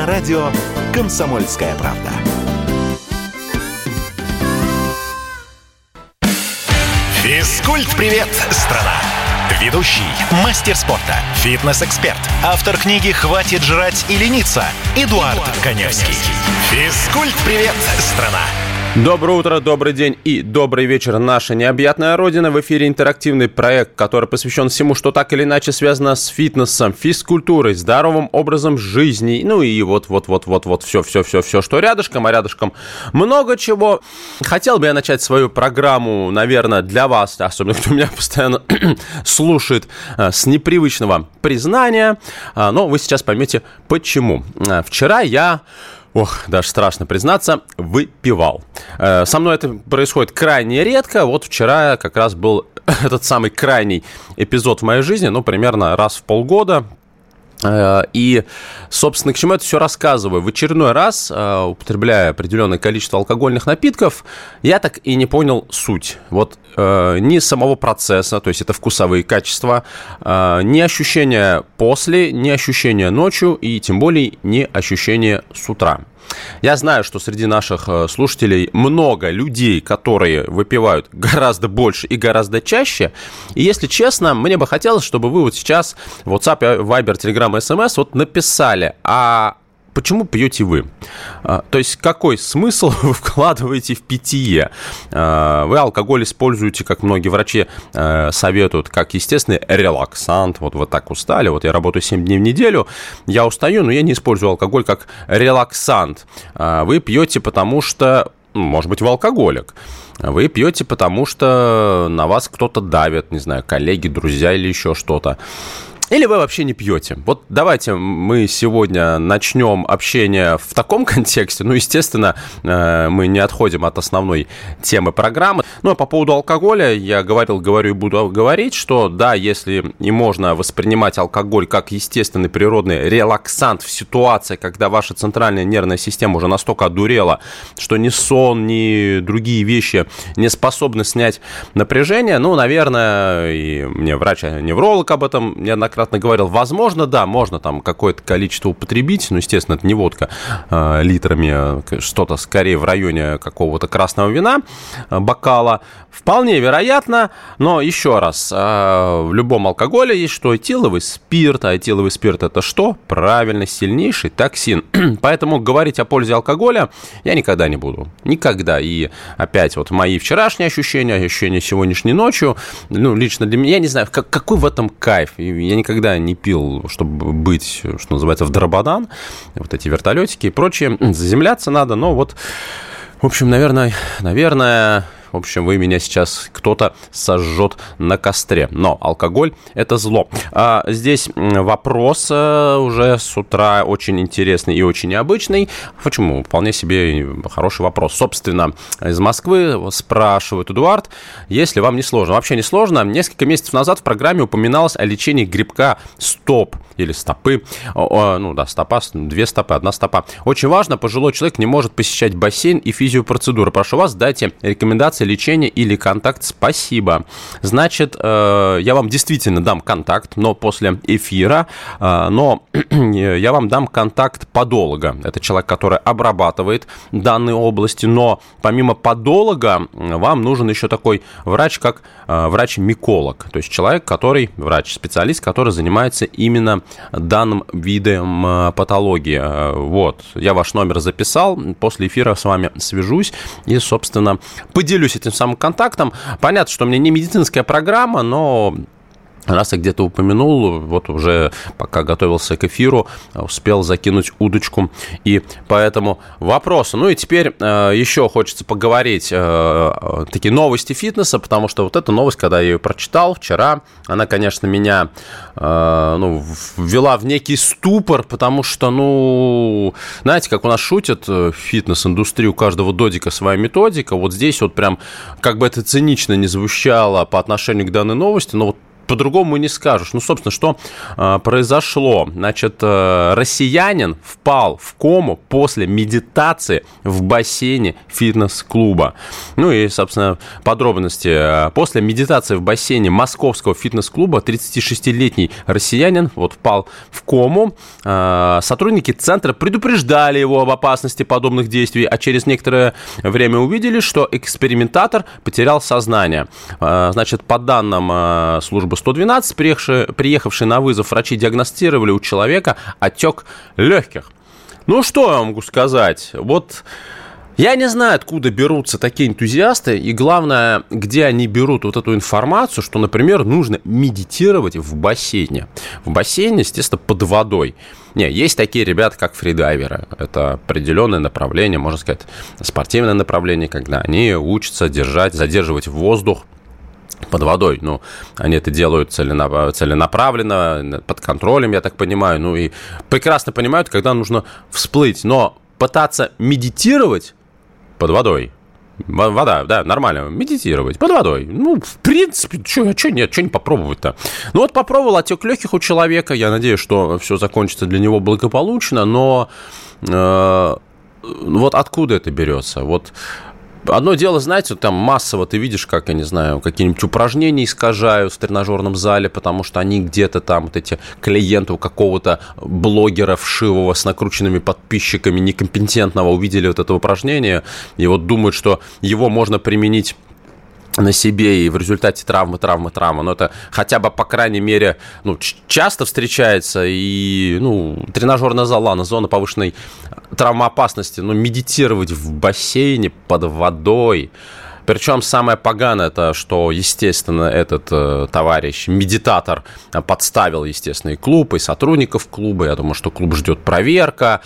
на радио «Комсомольская правда». Физкульт-привет, страна! Ведущий, мастер спорта, фитнес-эксперт, автор книги «Хватит жрать и лениться» Эдуард Коневский. Физкульт-привет, страна! Доброе утро, добрый день и добрый вечер, наша необъятная родина. В эфире интерактивный проект, который посвящен всему, что так или иначе связано с фитнесом, физкультурой, здоровым образом жизни. Ну и вот все, что рядышком, а рядышком много чего. Хотел бы я начать свою программу, наверное, для вас, особенно кто меня постоянно слушает, с непривычного признания. Но вы сейчас поймете, почему. Вчера я... даже страшно признаться, выпивал. Со мной это происходит крайне редко. Вот вчера как раз был этот самый крайний эпизод в моей жизни, примерно раз в полгода. И, собственно, к чему это все рассказываю? В очередной раз, употребляя определенное количество алкогольных напитков, я так и не понял суть. Ни самого процесса, то есть это вкусовые качества, ни ощущения после, ни ощущения ночью и тем более ни ощущения с утра. Я знаю, что среди наших слушателей много людей, которые выпивают гораздо больше и гораздо чаще. И, если честно, мне бы хотелось, чтобы вы вот сейчас в WhatsApp, Viber, Telegram, SMS написали, почему пьете вы? То есть, какой смысл вы вкладываете в питье? Вы алкоголь используете, как многие врачи советуют, как естественный релаксант. Вы так устали, я работаю 7 дней в неделю, я устаю, но я не использую алкоголь как релаксант. Вы пьете, потому что, может быть, вы алкоголик. Вы пьете, потому что на вас кто-то давит, не знаю, коллеги, друзья или еще что-то. Или вы вообще не пьете? Давайте мы сегодня начнем общение в таком контексте. Естественно, мы не отходим от основной темы программы. А по поводу алкоголя я говорю и буду говорить, что да, если и можно воспринимать алкоголь как естественный природный релаксант в ситуации, когда ваша центральная нервная система уже настолько одурела, что ни сон, ни другие вещи не способны снять напряжение, наверное, и мне врач-невролог об этом неоднократно говорил, возможно, да, можно там какое-то количество употребить, естественно, это не водка литрами, что-то скорее в районе какого-то красного вина, бокала, вполне вероятно, но еще раз, в любом алкоголе есть что? Этиловый спирт, а этиловый спирт это что? Правильно, сильнейший токсин, поэтому говорить о пользе алкоголя я никогда не буду, никогда, и опять мои вчерашние ощущения сегодняшней ночью, лично для меня, я не знаю, какой в этом кайф, я никогда не пил, чтобы быть, что называется, в драбадан, эти вертолетики и прочее, заземляться надо, но в общем, наверное, вы меня сейчас кто-то сожжет на костре. Но алкоголь – это зло. Здесь вопрос уже с утра очень интересный и очень необычный. Почему? Вполне себе хороший вопрос. Собственно, из Москвы спрашивает Эдуард, если вам не сложно. Вообще не сложно. Несколько месяцев назад в программе упоминалось о лечении грибка стоп или стопы. Стопа, 2 стопы, 1 стопа. Очень важно, пожилой человек не может посещать бассейн и физиопроцедуры. Прошу вас, дайте рекомендации лечения или контакт. Спасибо. Значит, я вам действительно дам контакт, но после эфира, но я вам дам контакт подолога. Это человек, который обрабатывает данные области, но помимо подолога вам нужен еще такой врач, как врач-миколог. То есть человек, врач-специалист, который занимается именно данным видом патологии. Я ваш номер записал, после эфира с вами свяжусь и, собственно, поделюсь этим самым контактом. Понятно, что у меня не медицинская программа, но раз я где-то упомянул, уже пока готовился к эфиру, успел закинуть удочку и по этому вопросу. И теперь еще хочется поговорить такие новости фитнеса, потому что эта новость, когда я ее прочитал вчера, она, конечно, меня ввела в некий ступор, потому что, знаете, как у нас шутят в фитнес-индустрии, у каждого додика своя методика. Здесь прям, как бы это цинично не звучало по отношению к данной новости, но по-другому не скажешь. Ну, собственно, что произошло? Значит, россиянин впал в кому после медитации в бассейне фитнес-клуба. Ну и, собственно, подробности. После медитации в бассейне московского фитнес-клуба 36-летний россиянин впал в кому. Сотрудники центра предупреждали его об опасности подобных действий, а через некоторое время увидели, что экспериментатор потерял сознание. Значит, по данным службы 112, приехавшие на вызов врачи диагностировали у человека отек легких. Ну, что я могу сказать? Я не знаю, откуда берутся такие энтузиасты, и главное, где они берут эту информацию, что, например, нужно медитировать в бассейне. В бассейне, естественно, под водой. Есть такие ребята, как фридайверы. Это определенное направление, можно сказать, спортивное направление, когда они учатся задерживать воздух под водой. Они это делают целенаправленно, под контролем, я так понимаю. И прекрасно понимают, когда нужно всплыть. Но пытаться медитировать под водой. Вода, да, нормально. Медитировать под водой. В принципе, что не попробовать-то? Попробовал отек легких у человека. Я надеюсь, что все закончится для него благополучно. Но откуда это берется? Одно дело, знаете, там массово ты видишь, как, я не знаю, какие-нибудь упражнения искажают в тренажерном зале, потому что они где-то там, эти клиенты у какого-то блогера вшивого с накрученными подписчиками некомпетентного увидели это упражнение и думают, что его можно применить на себе, и в результате травмы. Но это хотя бы, по крайней мере, часто встречается, и, тренажерная зала, зона повышенной травмоопасности, медитировать в бассейне под водой. Причем самое поганое, это что, естественно, этот товарищ, медитатор, подставил, естественно, и клуб, и сотрудников клуба. Я думаю, что клуб ждет проверка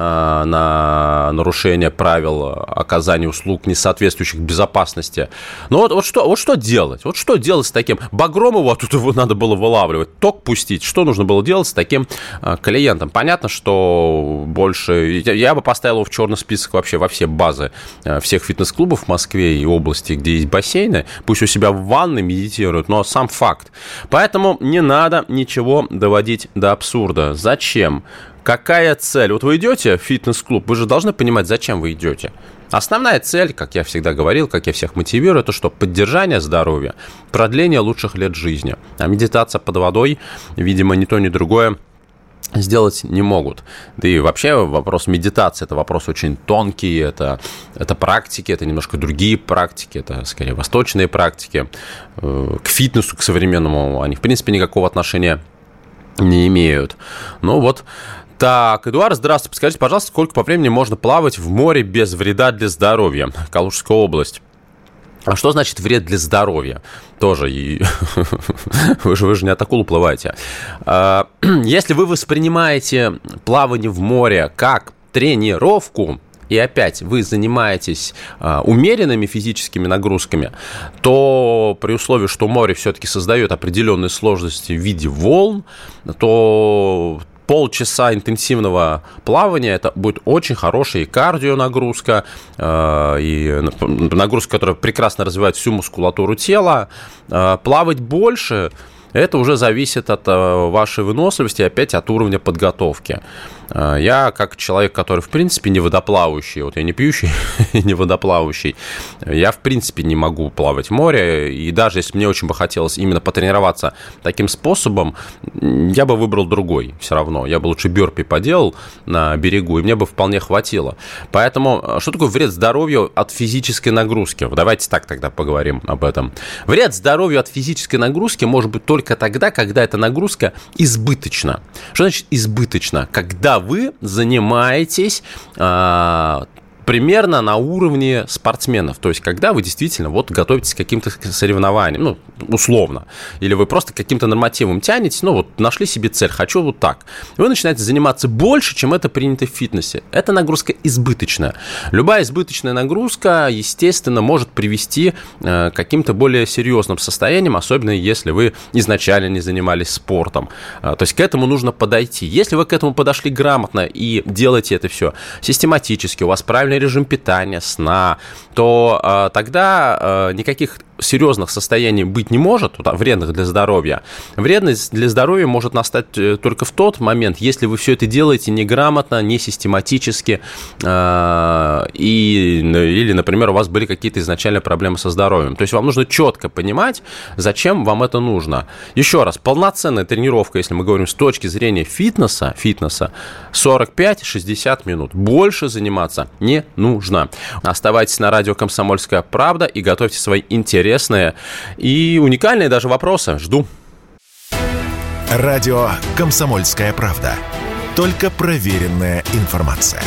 на нарушение правил оказания услуг, не соответствующих безопасности. Что делать? Что делать с таким? Багромову тут его надо было вылавливать, ток пустить. Что нужно было делать с таким клиентом? Понятно, что больше... Я бы поставил его в черный список вообще во все базы всех фитнес-клубов в Москве и области, где есть бассейны, пусть у себя в ванной медитируют, но сам факт. Поэтому не надо ничего доводить до абсурда. Зачем? Какая цель? Вы идете в фитнес-клуб, вы же должны понимать, зачем вы идете. Основная цель, как я всегда говорил, как я всех мотивирую, это что? Поддержание здоровья, продление лучших лет жизни. А медитация под водой, видимо, ни то, ни другое сделать не могут. Да и вообще вопрос медитации – это вопрос очень тонкий, это практики, это немножко другие практики, это скорее восточные практики. К фитнесу, к современному они, в принципе, никакого отношения не имеют. Так, Эдуард, здравствуйте. Подскажите, пожалуйста, сколько по времени можно плавать в море без вреда для здоровья? Калужская область. А что значит вред для здоровья? Тоже, вы же не от акул уплываете. Если вы воспринимаете плавание в море как тренировку, и опять вы занимаетесь умеренными физическими нагрузками, то при условии, что море все-таки создает определенные сложности в виде волн, то полчаса интенсивного плавания – это будет очень хорошая и кардионагрузка, и нагрузка, которая прекрасно развивает всю мускулатуру тела. Плавать больше – это уже зависит от вашей выносливости и опять от уровня подготовки. Я, как человек, который, в принципе, не водоплавающий, я не пьющий, не водоплавающий, я, в принципе, не могу плавать в море, и даже если мне очень бы хотелось именно потренироваться таким способом, я бы выбрал другой все равно. Я бы лучше бёрпи поделал на берегу, и мне бы вполне хватило. Поэтому, что такое вред здоровью от физической нагрузки? Давайте так тогда поговорим об этом. Вред здоровью от физической нагрузки может быть только тогда, когда эта нагрузка избыточна. Что значит избыточна? Когда вы занимаетесь примерно на уровне спортсменов. То есть, когда вы действительно готовитесь к каким-то соревнованиям, условно, или вы просто к каким-то нормативам тянетесь, нашли себе цель, хочу так. Вы начинаете заниматься больше, чем это принято в фитнесе. Эта нагрузка избыточная. Любая избыточная нагрузка, естественно, может привести к каким-то более серьезным состояниям, особенно если вы изначально не занимались спортом. То есть, к этому нужно подойти. Если вы к этому подошли грамотно и делаете это все систематически, у вас правильная правильный режим питания, сна, то тогда никаких серьезных состояний быть не может, вредных для здоровья. Вредность для здоровья может настать только в тот момент, если вы все это делаете неграмотно, не систематически, или, например, у вас были какие-то изначальные проблемы со здоровьем. То есть вам нужно четко понимать, зачем вам это нужно. Еще раз, полноценная тренировка, если мы говорим с точки зрения фитнеса 45-60 минут. Больше заниматься не нужно. Оставайтесь на радио «Комсомольская правда» и готовьте свои интересные и уникальные даже вопросы. Жду. Радио «Комсомольская правда». Только проверенная информация.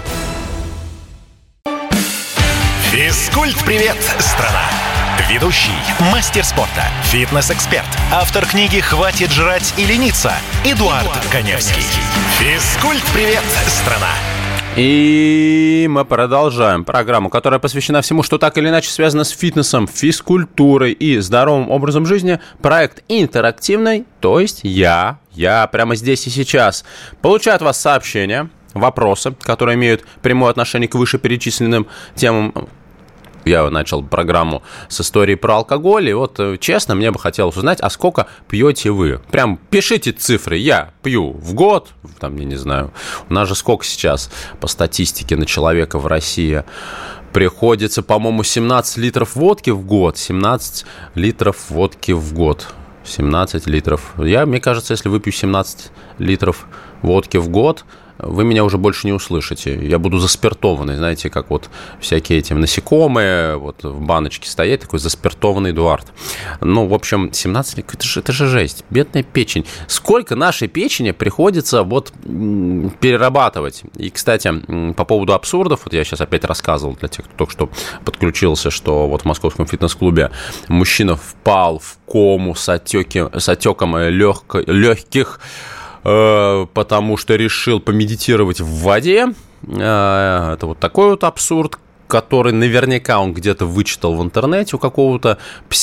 Физкульт-привет, страна! Ведущий, мастер спорта, фитнес-эксперт, автор книги «Хватит жрать и лениться» Эдуард Коневский. Физкульт-привет, страна! И мы продолжаем программу, которая посвящена всему, что так или иначе связано с фитнесом, физкультурой и здоровым образом жизни. Проект интерактивный, то есть я прямо здесь и сейчас получаю от вас сообщения, вопросы, которые имеют прямое отношение к вышеперечисленным темам. Я начал программу с истории про алкоголь, и вот, честно, мне бы хотелось узнать, а сколько пьете вы? Прям пишите цифры. Я пью в год, там, я не знаю, у нас же сколько сейчас по статистике на человека в России приходится, по-моему, 17 литров водки в год. 17 литров водки в год. 17 литров. Мне кажется, если выпью 17 литров водки в год, вы меня уже больше не услышите. Я буду заспиртованный, знаете, как вот всякие эти насекомые вот в баночке стоят, такой заспиртованный Эдуард. Ну, в общем, 17 лет, это же жесть, бедная печень. Сколько нашей печени приходится вот перерабатывать. И, кстати, по поводу абсурдов, вот я сейчас опять рассказывал для тех, кто только что подключился, что вот в московском фитнес-клубе мужчина впал в кому с отеком легких, потому что решил помедитировать в воде. Это вот такой вот абсурд, который наверняка он где-то вычитал в интернете у какого-то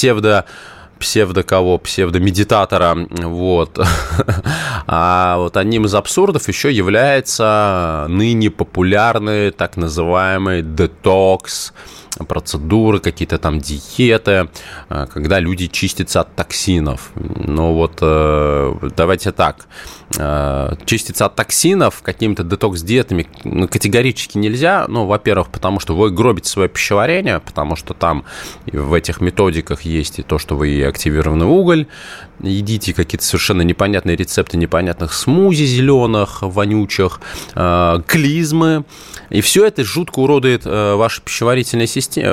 псевдомедитатора. Вот. А вот одним из абсурдов еще является ныне популярный так называемый детокс, процедуры, какие-то там диеты, когда люди чистятся от токсинов. Ну вот, давайте так, чиститься от токсинов какими-то детокс-диетами категорически нельзя. Ну, во-первых, потому что вы гробите свое пищеварение, потому что там в этих методиках есть и то, что вы и активированный уголь, едите какие-то совершенно непонятные рецепты непонятных смузи зеленых, вонючих, клизмы, и все это жутко уродует вашу пищеварительную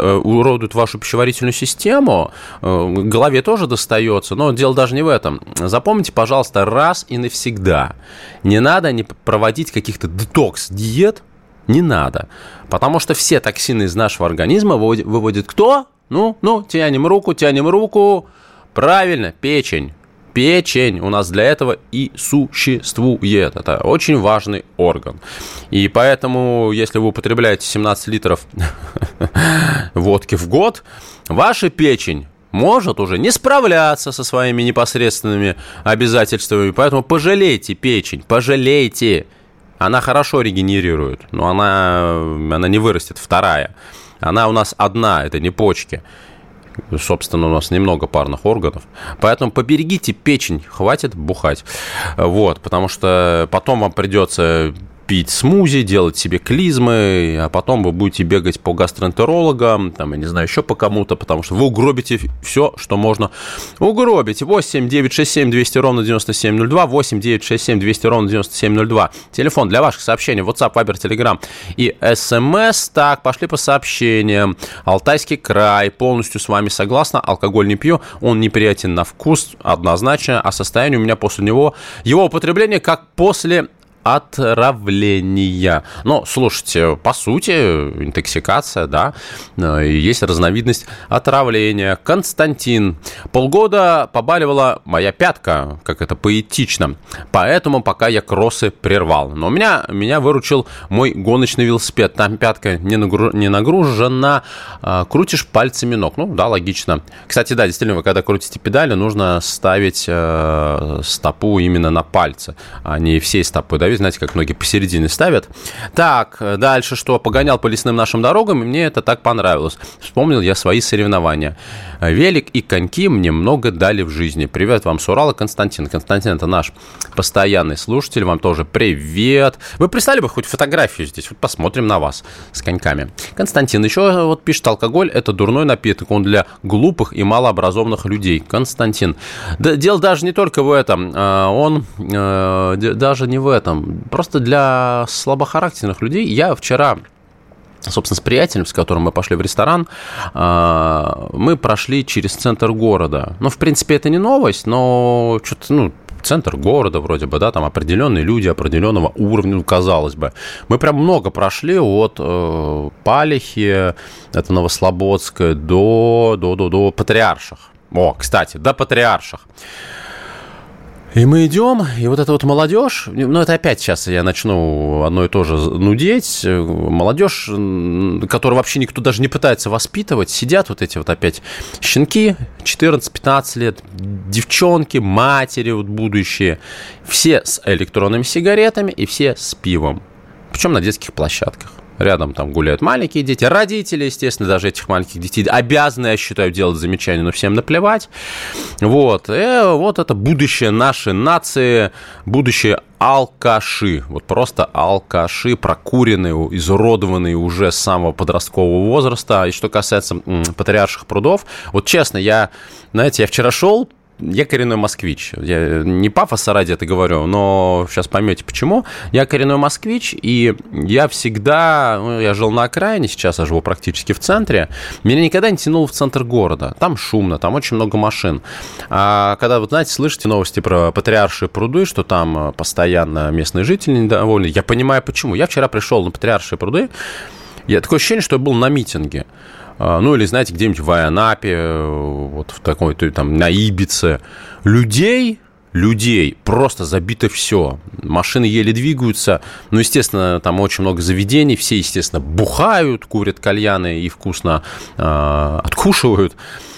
систему, голове тоже достается, но дело даже не в этом. Запомните, пожалуйста, раз и навсегда, не надо проводить каких-то детокс-диет, не надо, потому что все токсины из нашего организма выводит кто? Ну, тянем руку, правильно, печень. Печень у нас для этого и существует. Это очень важный орган. И поэтому, если вы употребляете 17 литров водки в год, ваша печень может уже не справляться со своими непосредственными обязательствами. Поэтому пожалейте печень, пожалейте. Она хорошо регенерирует, но она не вырастет вторая. Она у нас одна, это не почки. Собственно, у нас немного парных органов. Поэтому поберегите печень, хватит бухать. Вот, потому что потом вам придется пить смузи, делать себе клизмы, а потом вы будете бегать по гастроэнтерологам, там, я не знаю, еще по кому-то, потому что вы угробите все, что можно угробить. 8 967 200 ровно 9702, 8 967 200 ровно 9702. Телефон для ваших сообщений, WhatsApp, Viber, Telegram и SMS. Так, пошли по сообщениям. Алтайский край, полностью с вами согласна, алкоголь не пью, он неприятен на вкус, однозначно, а состояние у меня после него, его употребление как после отравления. Но, слушайте, по сути, интоксикация, да, есть разновидность отравления. Константин. Полгода побаливала моя пятка, как это поэтично, поэтому пока я кроссы прервал. Но меня выручил мой гоночный велосипед. Там пятка не нагружена, крутишь пальцами ног. Ну, да, логично. Кстати, да, действительно, вы когда крутите педали, нужно ставить стопу именно на пальцы, а не всей стопой. остановить, знаете, как многие посередине ставят. Так, дальше что? Погонял по лесным нашим дорогам, и мне это так понравилось. Вспомнил я свои соревнования. Велик и коньки мне много дали в жизни. Привет вам с Урала, Константин. Константин, это наш постоянный слушатель, вам тоже привет. Вы прислали бы хоть фотографию здесь, вот посмотрим на вас с коньками. Константин еще вот пишет, алкоголь – это дурной напиток, он для глупых и малообразованных людей. Константин, да, дело даже не только в этом, он даже не в этом, просто для слабохарактерных людей. Я вчера, собственно, с приятелем, с которым мы пошли в ресторан, мы прошли через центр города. Ну, в принципе, это не новость, но что-то, центр города вроде бы, да, там определенные люди определенного уровня, казалось бы. Мы прям много прошли от Палихи, это Новослободская, до Патриарших. О, кстати, до Патриарших. И мы идем, и вот эта вот молодежь, это опять сейчас я начну одно и то же нудеть, молодежь, которую вообще никто даже не пытается воспитывать, сидят вот эти вот опять щенки, 14-15 лет, девчонки, матери вот будущие, все с электронными сигаретами и все с пивом, причем на детских площадках. Рядом там гуляют маленькие дети, родители, естественно, даже этих маленьких детей обязаны, я считаю, делать замечания, но всем наплевать. Вот, вот это будущее нашей нации, будущее алкаши, вот просто алкаши, прокуренные, изуродованные уже с самого подросткового возраста. И что касается Патриарших прудов, вот честно, я вчера шел, я коренной москвич. Я не пафоса ради это говорю, но сейчас поймете почему. Я коренной москвич, и я всегда... я жил на окраине, сейчас я живу практически в центре. Меня никогда не тянуло в центр города. Там шумно, там очень много машин. А когда, вот знаете, слышите новости про Патриаршие пруды, что там постоянно местные жители недовольны, я понимаю почему. Я вчера пришел на Патриаршие пруды, такое ощущение, что я был на митинге. Или, знаете, где-нибудь в Айанапе, вот в такой, там, на Ибице. Людей просто забито все. Машины еле двигаются. Естественно, там очень много заведений. Все, естественно, бухают, курят кальяны и вкусно откушивают.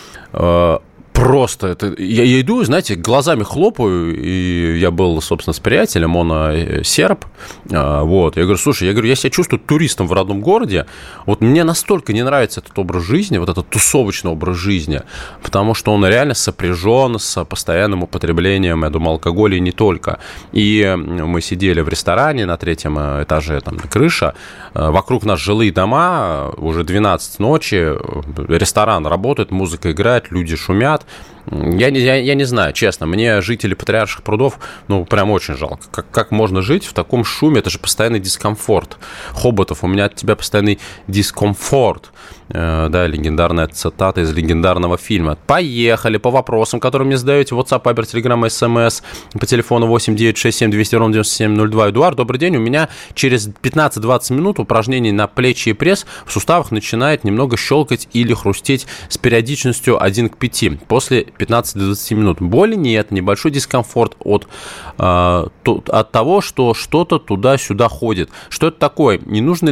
Просто это... Я иду, знаете, глазами хлопаю, и я был, собственно, с приятелем, он серб, вот, я говорю, слушай, я себя чувствую туристом в родном городе, вот мне настолько не нравится этот образ жизни, вот этот тусовочный образ жизни, потому что он реально сопряжен с постоянным употреблением, я думаю, алкоголя и не только. И мы сидели в ресторане на 3-м этаже, там, крыша, вокруг нас жилые дома, уже 12 ночи, ресторан работает, музыка играет, люди шумят. Я не знаю, честно, мне жители Патриарших прудов, прям очень жалко. Как можно жить в таком шуме? Это же постоянный дискомфорт. Хоботов, у меня от тебя постоянный дискомфорт. Да, легендарная цитата из легендарного фильма. Поехали по вопросам, которые мне задаете. WhatsApp, Viber, Telegram, SMS по телефону 8-967-200-97-02. Эдуард, добрый день. У меня через 15-20 минут упражнений на плечи и пресс в суставах начинает немного щелкать или хрустеть с периодичностью 1 к 5. После 15-20 минут. Боли нет, небольшой дискомфорт от того, что что-то туда-сюда ходит. Что это такое? Не нужно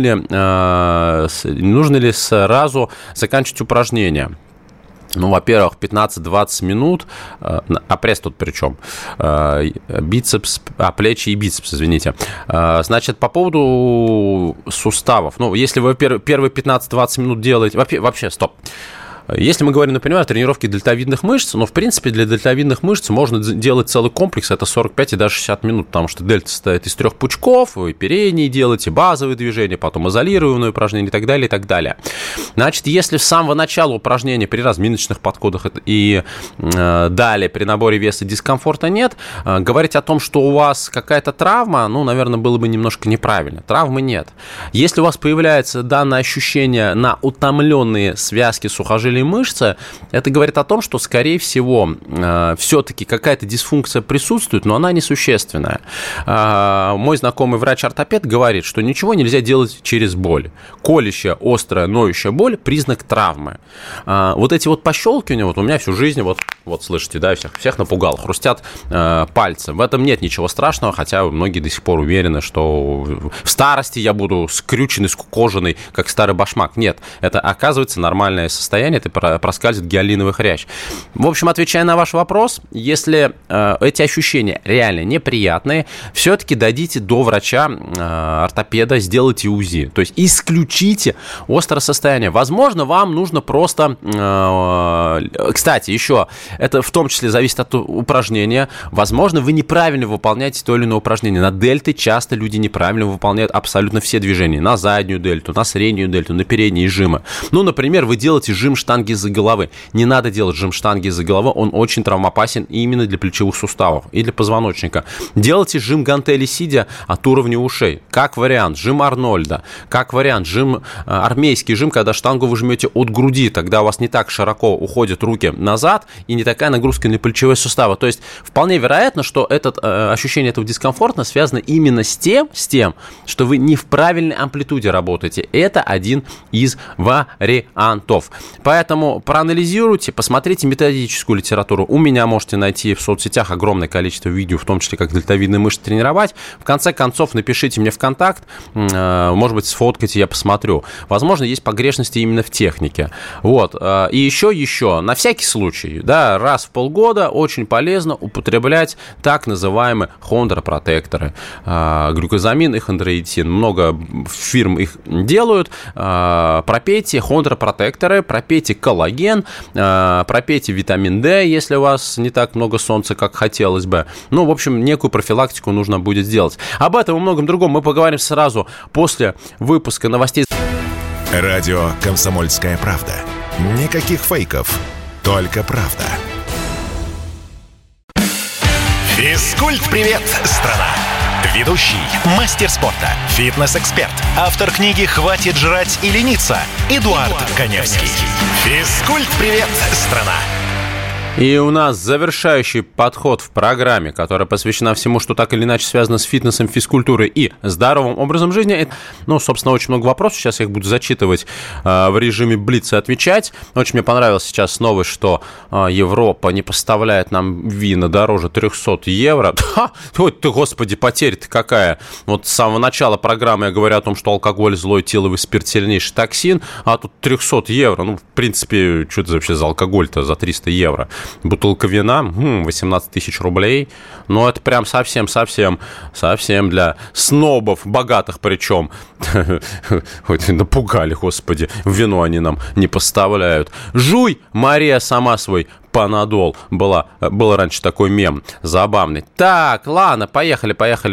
ли сразу заканчивать упражнения? Во-первых, 15-20 минут, а пресс тут при чем? Бицепс, плечи и бицепс, извините. Значит, по поводу суставов. Если вы первые 15-20 минут делаете... Вообще, стоп. Если мы говорим, например, о тренировке дельтовидных мышц, в принципе, для дельтовидных мышц можно делать целый комплекс, это 45 и даже 60 минут, потому что дельта состоит из 3 пучков, вы передние делаете, базовые движения, потом изолированные упражнения и так далее, и так далее. Значит, если с самого начала упражнения при разминочных подходах и далее при наборе веса дискомфорта нет, говорить о том, что у вас какая-то травма, наверное, было бы немножко неправильно. Травмы нет. Если у вас появляется данное ощущение на утомленные связки сухожилий, мышцы, это говорит о том, что, скорее всего, все-таки какая-то дисфункция присутствует, но она несущественная. Мой знакомый врач-ортопед говорит, что ничего нельзя делать через боль. Колющая, острая, ноющая боль – признак травмы. Вот эти вот пощелкивания, у меня всю жизнь Вот слышите, да, всех напугал, хрустят пальцы. В этом нет ничего страшного, хотя многие до сих пор уверены, что в старости я буду скрюченный, скукоженный, как старый башмак. Нет, это оказывается нормальное состояние, это проскальзывает гиалиновый хрящ. В общем, отвечая на ваш вопрос, если эти ощущения реально неприятные, все-таки дойдите до врача, ортопеда, сделайте УЗИ. То есть исключите острое состояние. Возможно, вам нужно просто... Кстати, еще... Это в том числе зависит от упражнения. Возможно, вы неправильно выполняете то или иное упражнение. На дельты часто люди неправильно выполняют абсолютно все движения. На заднюю дельту, на среднюю дельту, на передние жимы. Ну, например, вы делаете жим штанги из-за головы. Не надо делать жим штанги из-за головы. Он очень травмоопасен именно для плечевых суставов и для позвоночника. Делайте жим гантели сидя от уровня ушей. Как вариант. Жим Арнольда. Как вариант. Жим, армейский жим, когда штангу вы жмете от груди. Тогда у вас не так широко уходят руки назад и не такая нагрузка на плечевые суставы. То есть вполне вероятно, что ощущение этого дискомфорта связано именно с тем, что вы не в правильной амплитуде работаете. Это один из вариантов. Поэтому проанализируйте, посмотрите методическую литературу. У меня можете найти в соцсетях огромное количество видео, в том числе как дельтовидные мышцы тренировать. В конце концов, напишите мне в контакт, может быть, сфоткайте, я посмотрю. Возможно, есть погрешности именно в технике. Вот. И еще, на всякий случай, да, раз в полгода очень полезно употреблять так называемые хондропротекторы. Глюкозамин и хондроитин. Много фирм их делают. Пропейте хондропротекторы, пропейте коллаген, пропейте витамин D, если у вас не так много солнца, как хотелось бы. Ну, в общем, некую профилактику нужно будет сделать. Об этом и многом другом мы поговорим сразу после выпуска новостей. Радио «Комсомольская правда». Никаких фейков, только правда. Физкульт-привет, страна! Ведущий, мастер спорта, фитнес-эксперт, автор книги «Хватит жрать и лениться» Эдуард Коневский. Физкульт-привет, страна! И у нас завершающий подход в программе, которая посвящена всему, что так или иначе связано с фитнесом, физкультурой и здоровым образом жизни. Ну, собственно, очень много вопросов. Сейчас я их буду зачитывать в режиме блица и отвечать. Очень мне понравилась сейчас новость, что Европа не поставляет нам вина дороже 300 евро. Ой ты, господи, потеря-то какая. Вот с самого начала программы я говорю о том, что алкоголь злой, этиловый спирт сильнейший токсин, а тут 300 евро. Ну, в принципе, что это вообще за алкоголь-то за 300 евро? Бутылка вина, 18 тысяч рублей. Ну, это прям совсем для снобов, богатых причем. Ой, напугали, господи. Вино они нам не поставляют. Жуй, Мария, сама свой Панадол. Был раньше такой мем забавный. Так, ладно, поехали.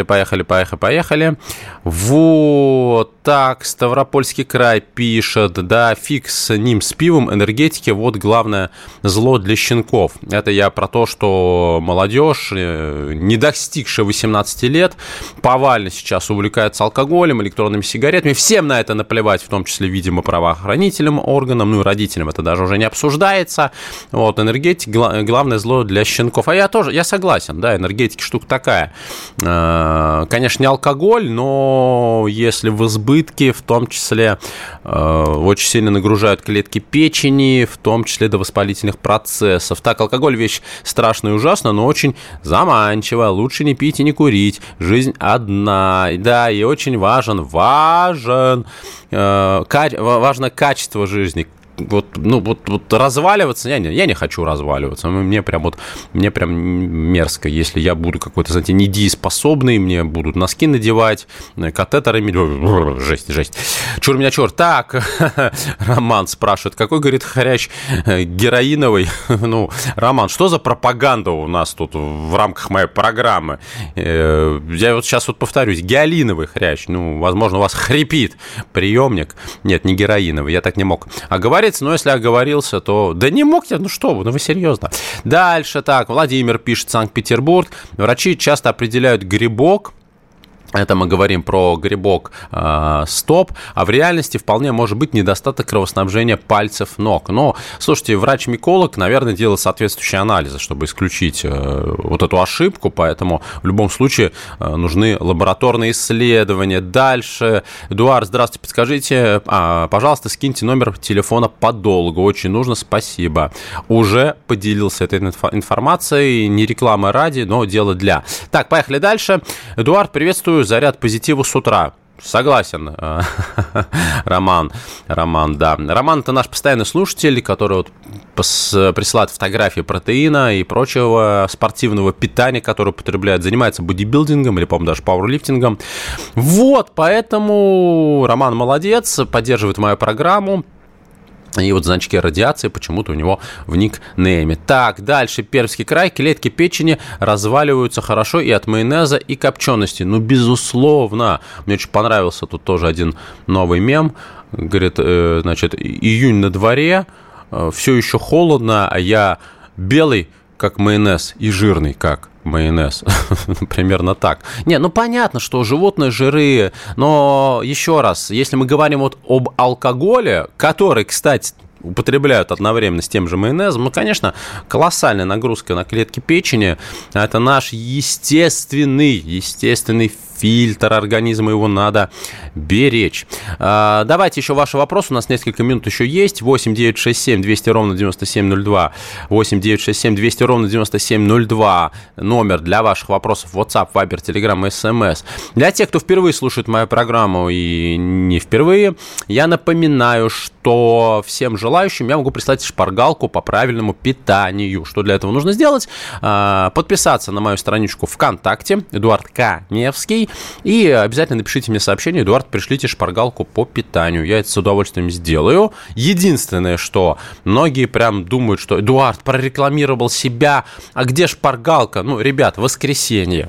Вот так, Ставропольский край пишет. Да, фиг с ним, с пивом, энергетики. Вот главное зло для щенков. Это я про то, что молодежь, не достигшая 18 лет, повально сейчас увлекается алкоголем, электронными сигаретами. Всем на это наплевать, в том числе, видимо, правоохранительным органам, ну и родителям это даже уже не обсуждается. Вот, энергетики главное зло для щенков. А я согласен, да, энергетики штука такая. Конечно, не алкоголь, но если в избытке, в том числе очень сильно нагружают клетки печени, в том числе до воспалительных процессов. Так, алкоголь вещь страшная и ужасная, но очень заманчивая. Лучше не пить и не курить. Жизнь одна. Да, и очень важно качество жизни. Вот разваливаться, я не хочу разваливаться. Мне прям мерзко, если я буду какой-то, знаете, недееспособный, мне будут носки надевать, катетерами. Жесть. Чур меня черт. Так, Роман спрашивает, какой, говорит, хрящ героиновый? Ну, Роман, что за пропаганда у нас тут в рамках моей программы? Я вот сейчас повторюсь, гиалиновый хрящ. Ну, возможно, у вас хрипит приемник. Нет, не героиновый, я так не мог оговориться. Но если оговорился, то... Да не мог я, ну что вы, вы серьезно. Дальше, так, Владимир пишет, Санкт-Петербург. Врачи часто определяют грибок Это мы говорим про грибок стоп, а в реальности вполне может быть недостаток кровоснабжения пальцев ног. Но, слушайте, врач-миколог, наверное, делает соответствующие анализы, чтобы исключить вот эту ошибку, поэтому в любом случае нужны лабораторные исследования. Дальше. Эдуард, здравствуйте, подскажите, пожалуйста, скиньте номер телефона подолгу, очень нужно, спасибо. Уже поделился этой информацией, не реклама ради, но дело для. Так, поехали дальше. Эдуард, приветствую. Заряд позитива с утра. Согласен, Роман, да. Роман – это наш постоянный слушатель, который вот присылает фотографии протеина и прочего спортивного питания, которое употребляет, занимается бодибилдингом или, по-моему, даже пауэрлифтингом. Вот, поэтому Роман молодец, поддерживает мою программу. И вот значки радиации почему-то у него в никнейме. Так, дальше Пермский край. Клетки печени разваливаются хорошо и от майонеза, и копчености. Ну, безусловно. Мне очень понравился тут тоже один новый мем. Говорит, значит, июнь на дворе, все еще холодно, а я белый, как майонез, и жирный, как майонез. Примерно так. Не, ну понятно, что животные жиры, но еще раз, если мы говорим вот об алкоголе, который, кстати, употребляют одновременно с тем же майонезом, ну, конечно, колоссальная нагрузка на клетки печени. Это наш естественный фильтр организма, его надо беречь. Давайте еще ваши вопросы, у нас несколько минут еще есть. 8 967 200 ровно 9702, 8 967 200 ровно 9702, номер для ваших вопросов, WhatsApp, Viber, Telegram, SMS. Для тех, кто впервые слушает мою программу и не впервые, я напоминаю, что всем желающим я могу прислать шпаргалку по правильному питанию. Что для этого нужно сделать? Подписаться на мою страничку ВКонтакте, Эдуард Каневский, и обязательно напишите мне сообщение: Эдуард, пришлите шпаргалку по питанию. Я это с удовольствием сделаю. Единственное, что многие прям думают, что Эдуард прорекламировал себя, а где шпаргалка? Ну, ребят, воскресенье.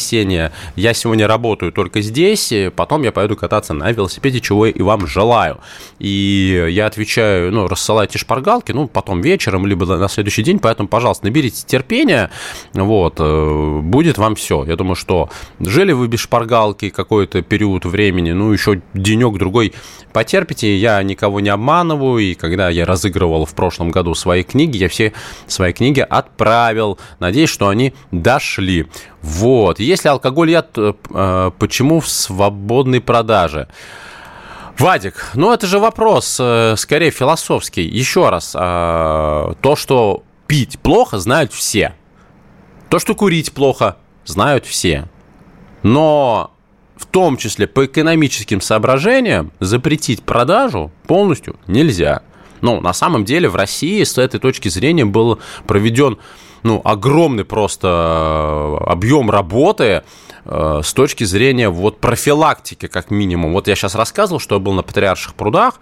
Я сегодня работаю только здесь, потом я пойду кататься на велосипеде, чего я и вам желаю. И я отвечаю, ну, рассылайте шпаргалки, ну, потом вечером, либо на следующий день, поэтому, пожалуйста, наберите терпения, вот, будет вам все. Я думаю, что жили вы без шпаргалки какой-то период времени, ну, еще денек-другой потерпите, я никого не обманываю, и когда я разыгрывал в прошлом году свои книги, я все свои книги отправил, надеюсь, что они дошли. Вот, если алкоголь, яд, почему в свободной продаже? Вадик, ну это же вопрос, скорее, философский. Еще раз, то, что пить плохо, знают все. То, что курить плохо, знают все. Но в том числе по экономическим соображениям запретить продажу полностью нельзя. Но на самом деле в России с этой точки зрения был проведен, ну, огромный просто объем работы с точки зрения вот профилактики, как минимум. Вот я сейчас рассказывал, что я был на Патриарших прудах,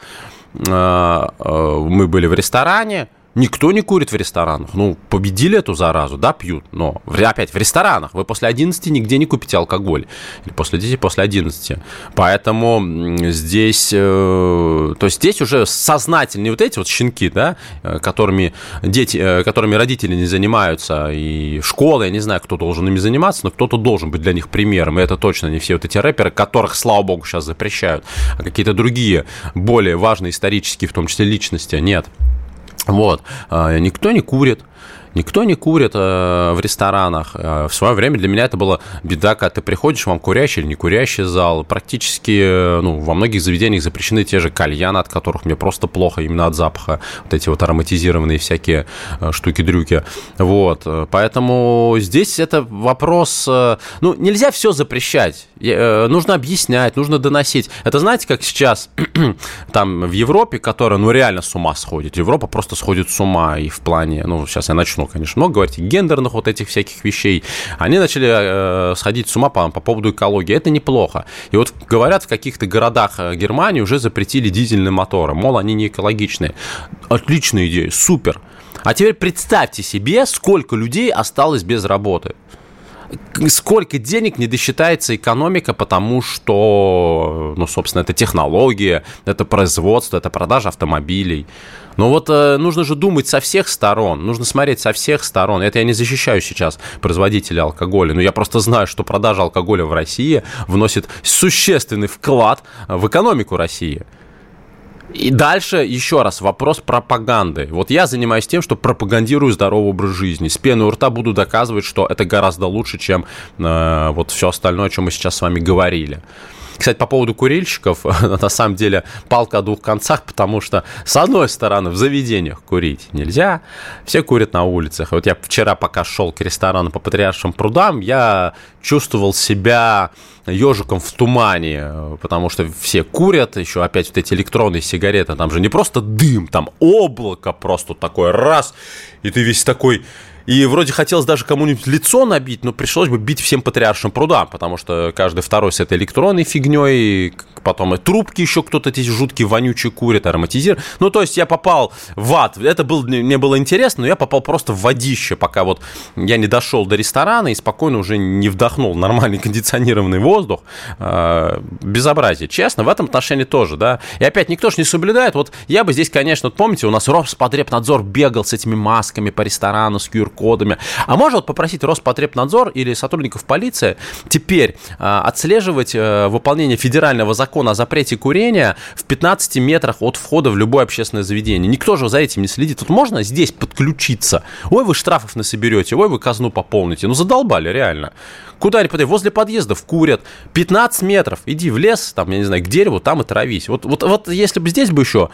мы были в ресторане. Никто не курит в ресторанах. Ну, победили эту заразу, да, пьют. Но опять в ресторанах. Вы после 11 нигде не купите алкоголь. Или после 10, после 11. Поэтому здесь, то есть здесь уже сознательные вот эти вот щенки, да, которыми родители не занимаются, и школа, я не знаю, кто должен ими заниматься, но кто-то должен быть для них примером. И это точно не все вот эти рэперы, которых, слава богу, сейчас запрещают, а какие-то другие, более важные исторические, в том числе личности, нет. Вот, никто не курит. Никто не курит в ресторанах. В свое время для меня это была беда, когда ты приходишь, вам курящий или не курящий зал. Практически, ну, во многих заведениях запрещены те же кальяны, от которых мне просто плохо именно от запаха. Вот эти вот ароматизированные всякие штуки-дрюки. Вот, поэтому здесь это вопрос... Ну, нельзя все запрещать. Нужно объяснять, нужно доносить. Это знаете, как сейчас там в Европе, которая, ну, реально с ума сходит. Европа просто сходит с ума и в плане... Ну, сейчас я начну, конечно, много говорить, гендерных вот этих всяких вещей. Они начали сходить с ума по поводу экологии. Это неплохо. И вот говорят, в каких-то городах Германии уже запретили дизельные моторы. Мол, они не экологичные. Отличная идея, супер. А теперь представьте себе, сколько людей осталось без работы. Сколько денег не досчитается экономика, потому что, собственно, это технология, это производство, это продажа автомобилей. Но вот нужно же думать со всех сторон, нужно смотреть со всех сторон. Это я не защищаю сейчас производителей алкоголя, но я просто знаю, что продажа алкоголя в России вносит существенный вклад в экономику России. И дальше еще раз вопрос пропаганды. Вот я занимаюсь тем, что пропагандирую здоровый образ жизни. С пеной у рта буду доказывать, что это гораздо лучше, чем вот все остальное, о чем мы сейчас с вами говорили. Кстати, по поводу курильщиков, на самом деле палка о двух концах, потому что, с одной стороны, в заведениях курить нельзя, все курят на улицах. Вот я вчера, пока шел к ресторану по Патриаршим прудам, я чувствовал себя ежиком в тумане, потому что все курят, еще опять вот эти электронные сигареты, там же не просто дым, там облако просто такое раз, и ты весь такой... И вроде хотелось даже кому-нибудь лицо набить, но пришлось бы бить всем Патриаршим прудам, потому что каждый второй с этой электронной фигней, потом и трубки еще кто-то эти жуткие вонючие курит, ароматизир. Ну, то есть я попал в ад. Это мне было интересно, но я попал просто в водище, пока вот я не дошел до ресторана и спокойно уже не вдохнул нормальный кондиционированный воздух. Безобразие. Честно, в этом отношении тоже, да. И опять, никто же не соблюдает. Вот я бы здесь, конечно, вот помните, у нас Роспотребнадзор бегал с этими масками по ресторану, с QR-кодами. А можно вот попросить Роспотребнадзор или сотрудников полиции теперь отслеживать выполнение федерального закона о запрете курения в 15 метрах от входа в любое общественное заведение. Никто же за этим не следит. Тут можно здесь подключиться. Ой, вы штрафов насоберете, ой, вы казну пополните. Ну, задолбали, реально. Куда ни подойди, возле подъездов курят. 15 метров. Иди в лес, там, я не знаю, к дереву, там и травись. Вот если бы здесь бы еще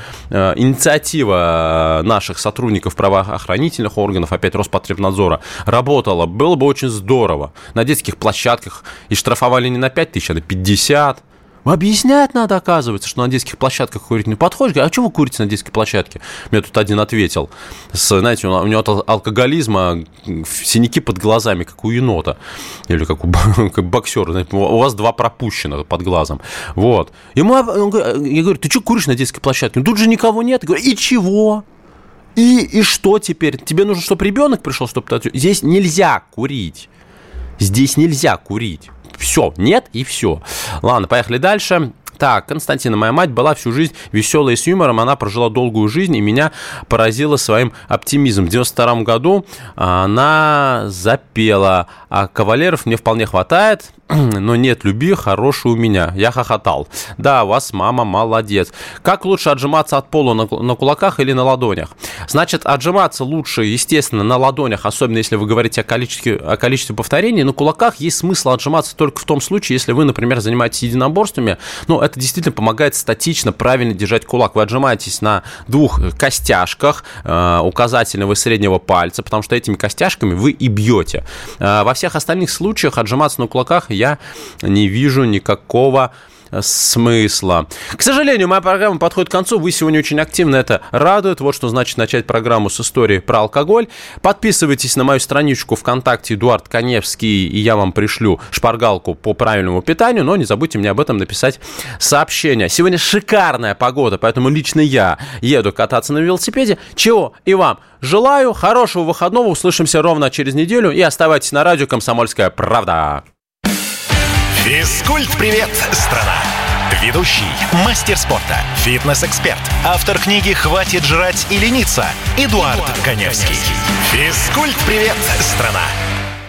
инициатива наших сотрудников правоохранительных органов, опять Роспотребнадзора, работала, было бы очень здорово. На детских площадках и штрафовали не на 5 тысяч, а на 50. Объяснять надо, оказывается, что на детских площадках курить не подходит. А что вы курите на детской площадке? Мне тут один ответил. Знаете, у него от алкоголизма синяки под глазами, как у енота. Или как у боксера. У вас 2 пропущено под глазом. Вот. Я говорю, ты что куришь на детской площадке? Тут же никого нет. Я говорю, и чего? И что теперь? Тебе нужно, чтобы ребенок пришел, чтобы ты... Здесь нельзя курить. Здесь нельзя курить. Все, нет и все. Ладно, поехали дальше. Так, Константина, моя мать была всю жизнь веселой и с юмором, она прожила долгую жизнь и меня поразила своим оптимизмом. В 92 году она запела, а кавалеров мне вполне хватает, но нет любви хорошей у меня. Я хохотал. Да, у вас мама молодец. Как лучше отжиматься от пола, на кулаках или на ладонях? Значит, отжиматься лучше, естественно, на ладонях, особенно если вы говорите о количестве повторений. На кулаках есть смысл отжиматься только в том случае, если вы, например, занимаетесь единоборствами. Ну, это действительно помогает статично, правильно держать кулак. Вы отжимаетесь на 2 костяшках указательного и среднего пальца, потому что этими костяшками вы и бьете. Во всех остальных случаях отжиматься на кулаках я не вижу никакого смысла. К сожалению, моя программа подходит к концу. Вы сегодня очень активно, это радует. Вот что значит начать программу с истории про алкоголь. Подписывайтесь на мою страничку ВКонтакте Эдуард Каневский, и я вам пришлю шпаргалку по правильному питанию, но не забудьте мне об этом написать сообщение. Сегодня шикарная погода, поэтому лично я еду кататься на велосипеде. Чего и вам желаю. Хорошего выходного. Услышимся ровно через неделю. И оставайтесь на радио «Комсомольская правда». Физкульт-привет, страна! Ведущий, мастер спорта, фитнес-эксперт, автор книги «Хватит жрать и лениться» Эдуард Каневский. Физкульт-привет, страна!